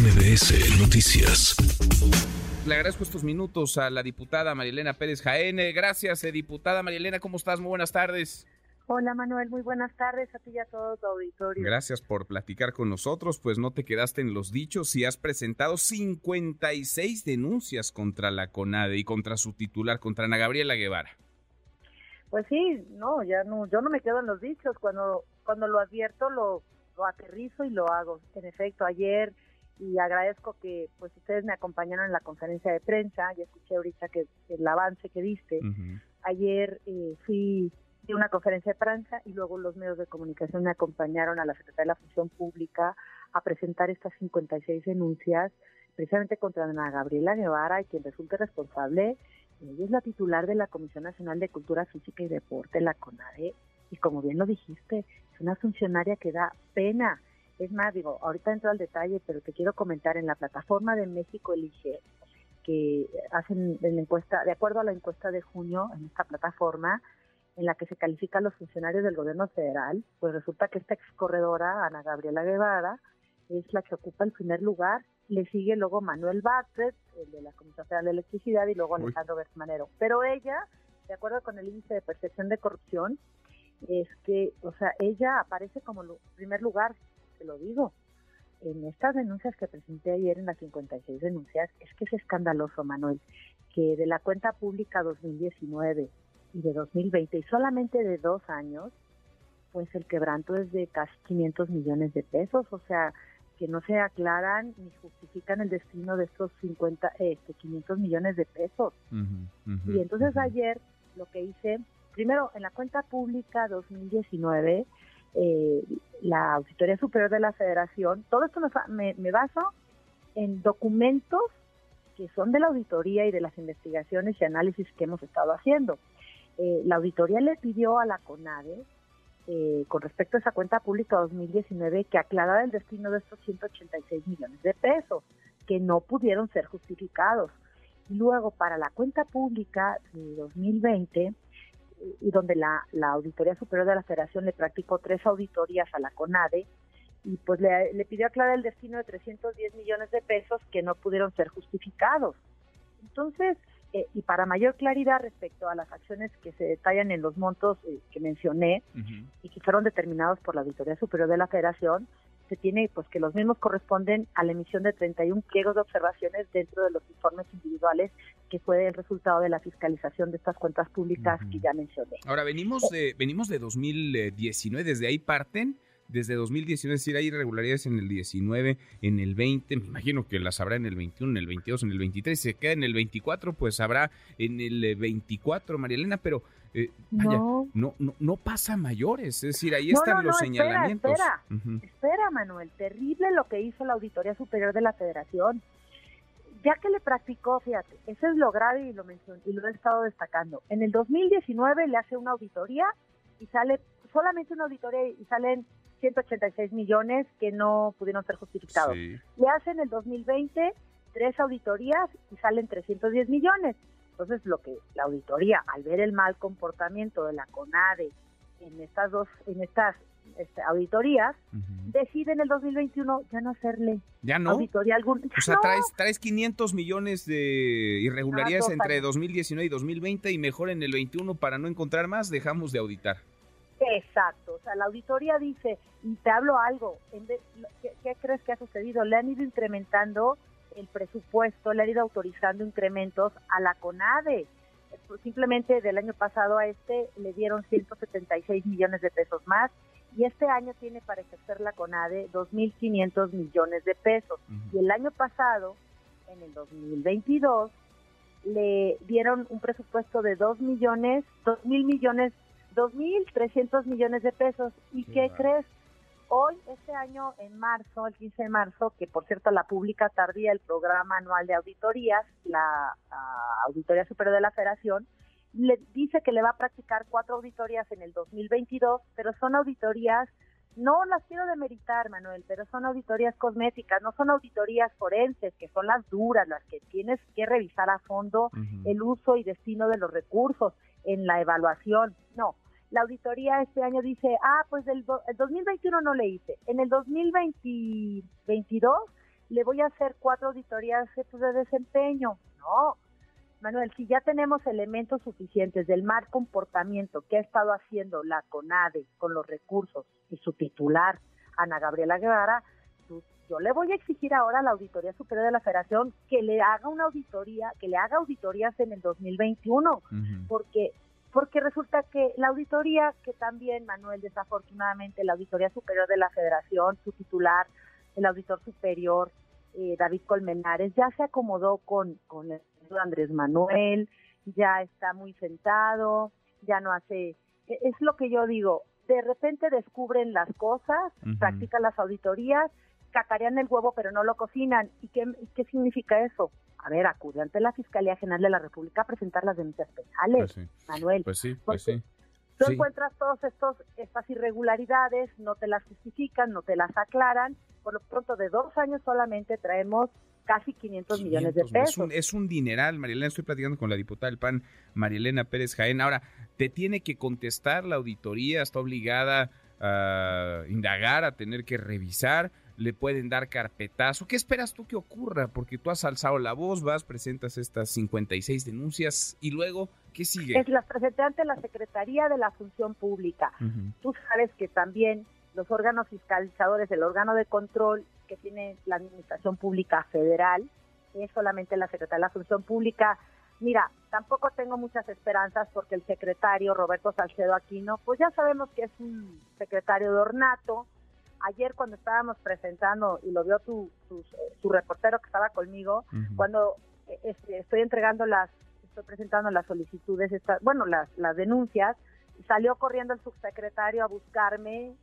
MBS Noticias. Le agradezco estos minutos a la diputada Marielena Pérez Jaén. Gracias, diputada Marielena, ¿cómo estás? Muy buenas tardes. Hola Manuel, muy buenas tardes a ti y a todo tu auditorio. Gracias por platicar con nosotros, pues no te quedaste en los dichos y has presentado 56 denuncias contra la CONADE y contra su titular, contra Ana Gabriela Guevara. Pues sí, yo no me quedo en los dichos, cuando lo advierto lo aterrizo y lo hago. En efecto, ayer, y agradezco que pues ustedes me acompañaron en la conferencia de prensa, ya escuché ahorita que el avance que diste. Ayer fui de una conferencia de prensa y luego los medios de comunicación me acompañaron a la Secretaría de la Función Pública a presentar estas 56 denuncias precisamente contra Ana Gabriela Guevara, y quien resulte responsable, ella es la titular de la Comisión Nacional de Cultura Física y Deporte, la CONADE, y como bien lo dijiste, es una funcionaria que da pena. Es más, ahorita entro al detalle, pero te quiero comentar, en la plataforma de México Elige, que hacen en la encuesta, de acuerdo a la encuesta de junio, en esta plataforma, en la que se califican los funcionarios del gobierno federal, pues resulta que esta excorredora, Ana Gabriela Guevara, es la que ocupa el primer lugar. Le sigue luego Manuel Bartlett, el de la Comisión Federal de Electricidad, y luego Alejandro Gertz. Pero ella, de acuerdo con el índice de percepción de corrupción, es que, ella aparece como primer lugar, te lo digo. En estas denuncias que presenté ayer, en las 56 denuncias, es que es escandaloso, Manuel, que de la cuenta pública 2019 y de 2020, y solamente de 2 años, pues el quebranto es de casi 500 millones de pesos, que no se aclaran ni justifican el destino de estos 500 millones de pesos. Y entonces ayer lo que hice, primero en la cuenta pública 2019, la Auditoría Superior de la Federación, todo esto me baso en documentos que son de la auditoría y de las investigaciones y análisis que hemos estado haciendo. La auditoría le pidió a la CONADE, con respecto a esa cuenta pública 2019, que aclarara el destino de estos 186 millones de pesos, que no pudieron ser justificados. Y luego, para la cuenta pública de 2020, y donde la Auditoría Superior de la Federación le practicó 3 auditorías a la CONADE, y pues le pidió aclarar el destino de 310 millones de pesos que no pudieron ser justificados. Entonces, y para mayor claridad respecto a las acciones que se detallan en los montos que mencioné, y que fueron determinados por la Auditoría Superior de la Federación, se tiene pues que los mismos corresponden a la emisión de 31 pliegos de observaciones dentro de los informes individuales, que fue el resultado de la fiscalización de estas cuentas públicas que ya mencioné. Ahora, venimos de 2019, desde ahí parten. Desde 2019, es decir, hay irregularidades en el 19, en el 20, me imagino que las habrá en el 21, en el 22, en el 23, se queda en el 24, pues habrá en el 24, Marielena, pero no pasa mayores, es decir, ahí están los señalamientos. Espera, Manuel, terrible lo que hizo la Auditoría Superior de la Federación. Ya que le practicó, fíjate, eso es lo grave y lo mencioné y lo he estado destacando. En el 2019 le hace una auditoría y sale solamente una auditoría y salen 186 millones que no pudieron ser justificados. Sí. Le hacen en el 2020 3 auditorías y salen 310 millones. Entonces, lo que la auditoría, al ver el mal comportamiento de la CONADE en estas auditorías, decide en el 2021 ya no hacerle auditoría alguna. O sea, traes 500 millones de irregularidades entre 2019 y 2020 y mejor en el 21 para no encontrar más, dejamos de auditar. Exacto, la auditoría dice, y te hablo algo, ¿qué crees que ha sucedido? Le han ido incrementando el presupuesto, le han ido autorizando incrementos a la CONADE. Simplemente del año pasado a le dieron 176 millones de pesos más, y este año tiene para ejercer la CONADE 2.500 millones de pesos. Y el año pasado, en el 2022, le dieron un presupuesto de 2.300 millones de pesos. ¿Y qué crees? Hoy, este año, en marzo, el 15 de marzo, que por cierto la pública tardía el programa anual de auditorías, la Auditoría Superior de la Federación, le dice que le va a practicar 4 auditorías en el 2022, pero son auditorías, no las quiero demeritar, Manuel, pero son auditorías cosméticas, no son auditorías forenses, que son las duras, las que tienes que revisar a fondo el uso y destino de los recursos en la evaluación. No, la auditoría este año dice, pues el 2021 no le hice, en el 2022 le voy a hacer 4 auditorías pues, de desempeño. No, Manuel, si ya tenemos elementos suficientes del mal comportamiento que ha estado haciendo la CONADE con los recursos y su titular, Ana Gabriela Guevara, yo le voy a exigir ahora a la Auditoría Superior de la Federación que le haga una auditoría, que le haga auditorías en el 2021, porque resulta que la auditoría, que también, Manuel, desafortunadamente, la Auditoría Superior de la Federación, su titular, el auditor superior, David Colmenares, ya se acomodó con el Andrés Manuel, ya está muy sentado, ya no hace, es lo que yo digo, de repente descubren las cosas, practican las auditorías, cacarean el huevo pero no lo cocinan. ¿Y qué significa eso? A ver, acude ante la Fiscalía General de la República a presentar las denuncias penales, Pues sí. Manuel. Pues sí. Tú encuentras estas irregularidades, no te las justifican, no te las aclaran. Por lo pronto, de 2 años solamente traemos casi 500 millones de pesos. Es un dineral, Marielena. Estoy platicando con la diputada del PAN, Marielena Pérez Jaén. Ahora, te tiene que contestar la auditoría, está obligada a indagar, a tener que revisar, le pueden dar carpetazo. ¿Qué esperas tú que ocurra? Porque tú has alzado la voz, presentas estas 56 denuncias y luego, ¿qué sigue? Las presenté ante la Secretaría de la Función Pública. Tú sabes que también los órganos fiscalizadores, el órgano de control que tiene la Administración Pública Federal, es solamente la Secretaría de la Función Pública. Mira, tampoco tengo muchas esperanzas porque el secretario Roberto Salcedo Aquino, pues ya sabemos que es un secretario de ornato. Ayer cuando estábamos presentando, y lo vio tu reportero que estaba conmigo, cuando estoy presentando las solicitudes, las denuncias, salió corriendo el subsecretario a buscarme,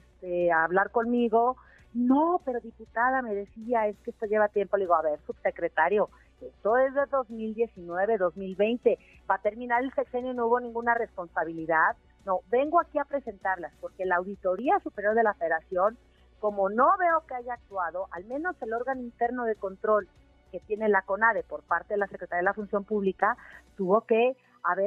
a hablar conmigo. No, pero diputada, me decía, es que esto lleva tiempo. Le digo, a ver, subsecretario, esto es de 2019, 2020, va a terminar el sexenio y no hubo ninguna responsabilidad. No, vengo aquí a presentarlas, porque la Auditoría Superior de la Federación, como no veo que haya actuado, al menos el órgano interno de control que tiene la CONADE por parte de la Secretaría de la Función Pública, tuvo que haber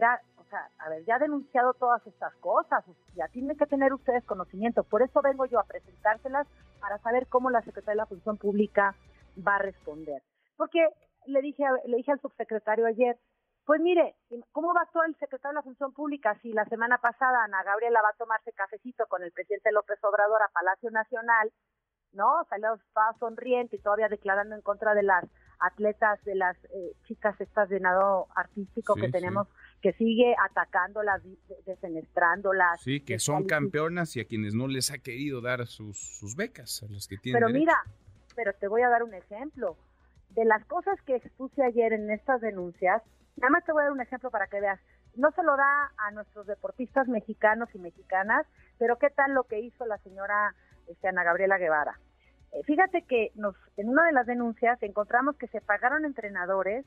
ya denunciado todas estas cosas, ya tienen que tener ustedes conocimiento. Por eso vengo yo a presentárselas, para saber cómo la Secretaría de la Función Pública va a responder. Porque le dije al subsecretario ayer, pues mire, ¿cómo va a actuar el secretario de la Función Pública si la semana pasada Ana Gabriela va a tomarse cafecito con el presidente López Obrador a Palacio Nacional, ¿no? Estaba sonriente y todavía declarando en contra de las atletas, de las chicas estas de nado artístico que tenemos, que sigue atacándolas, defenestrándolas. Sí, que son campeonas y a quienes no les ha querido dar sus becas, a los que tienen Pero derecho. Mira, pero te voy a dar un ejemplo. De las cosas que expuse ayer en estas denuncias, nada más te voy a dar un ejemplo para que veas. No se lo da a nuestros deportistas mexicanos y mexicanas, pero ¿qué tal lo que hizo la señora Ana Gabriela Guevara? Fíjate que en una de las denuncias encontramos que se pagaron entrenadores,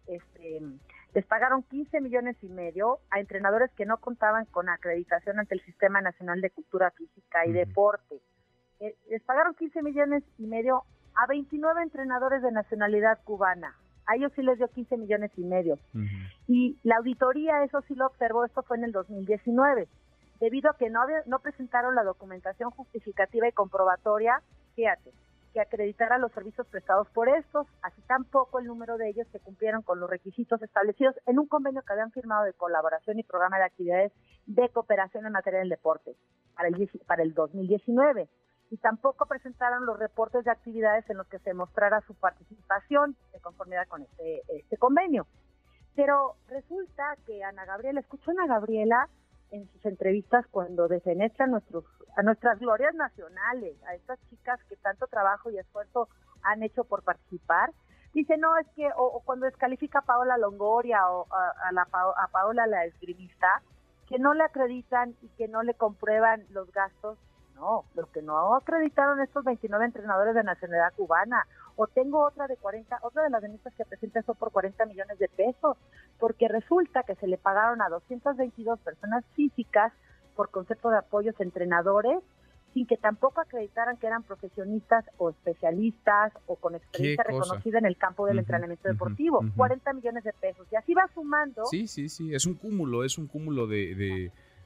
les pagaron 15 millones y medio a entrenadores que no contaban con acreditación ante el Sistema Nacional de Cultura Física y Deporte. Les pagaron 15 millones y medio a 29 entrenadores de nacionalidad cubana. A ellos sí les dio 15 millones y medio. Y la auditoría, eso sí lo observó, esto fue en el 2019. Debido a que no presentaron la documentación justificativa y comprobatoria, fíjate, que acreditara los servicios prestados por estos, así tampoco el número de ellos que cumplieron con los requisitos establecidos en un convenio que habían firmado de colaboración y programa de actividades de cooperación en materia del deporte para el 2019. Y tampoco presentaron los reportes de actividades en los que se mostrara su participación de conformidad con este convenio. Pero resulta que escuchó a Ana Gabriela en sus entrevistas cuando defenestra a nuestras glorias nacionales, a estas chicas que tanto trabajo y esfuerzo han hecho por participar. Dice, no, es que, o cuando descalifica a Paola Longoria o a Paola la esgrimista, que no le acreditan y que no le comprueban los gastos. No, lo que no acreditaron estos 29 entrenadores de nacionalidad cubana. O tengo otra de las denuncias que presenta son por 40 millones de pesos, porque resulta que se le pagaron a 222 personas físicas por concepto de apoyos entrenadores, sin que tampoco acreditaran que eran profesionistas o especialistas o con experiencia reconocida en el campo del entrenamiento deportivo. 40 millones de pesos. Y así va sumando. Sí, es un cúmulo de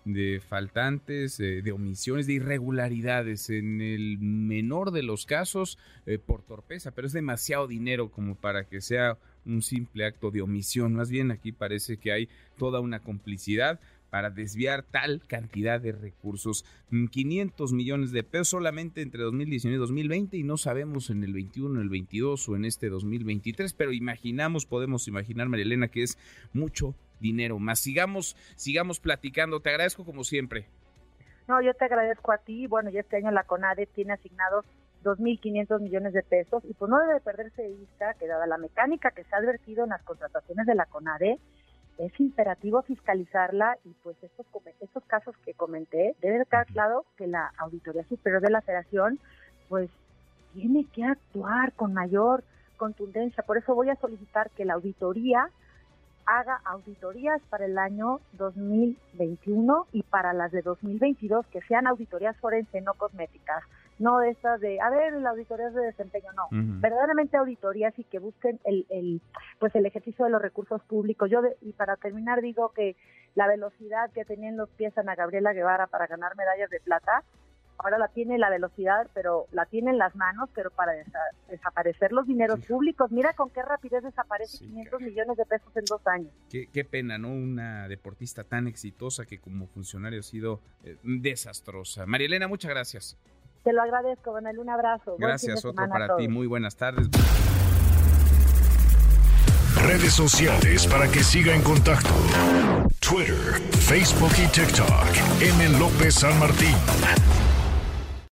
faltantes, de omisiones, de irregularidades, en el menor de los casos por torpeza, pero es demasiado dinero como para que sea un simple acto de omisión. Más bien aquí parece que hay toda una complicidad para desviar tal cantidad de recursos, 500 millones de pesos solamente entre 2019 y 2020, y no sabemos en el 21, el 22 o en este 2023, pero podemos imaginar, María Elena, que es mucho dinero más. Sigamos platicando, te agradezco como siempre. No, yo te agradezco a ti. Bueno, ya este año la CONADE tiene asignados 2.500 millones de pesos, y pues no debe perderse de vista que, dada la mecánica que se ha advertido en las contrataciones de la CONADE, es imperativo fiscalizarla, y pues estos casos que comenté, debe estar claro que la Auditoría Superior de la Federación pues tiene que actuar con mayor contundencia. Por eso voy a solicitar que la auditoría haga auditorías para el año 2021 y para las de 2022, que sean auditorías forenses, no cosméticas, no de estas de, la auditoría de desempeño, no, verdaderamente auditorías, y que busquen el ejercicio de los recursos públicos. Y para terminar digo que la velocidad que tenía en los pies Ana Gabriela Guevara para ganar medallas de plata, ahora la tiene la velocidad, pero la tiene en las manos, pero para desaparecer los dineros públicos. Mira con qué rapidez desaparece 500 millones de pesos en 2 años. Qué pena, ¿no? Una deportista tan exitosa que como funcionario ha sido desastrosa. María Elena, muchas gracias. Te lo agradezco, Donel, un abrazo. Gracias, otro para ti. Muy buenas tardes. Redes sociales para que siga en contacto: Twitter, Facebook y TikTok. M. López San Martín.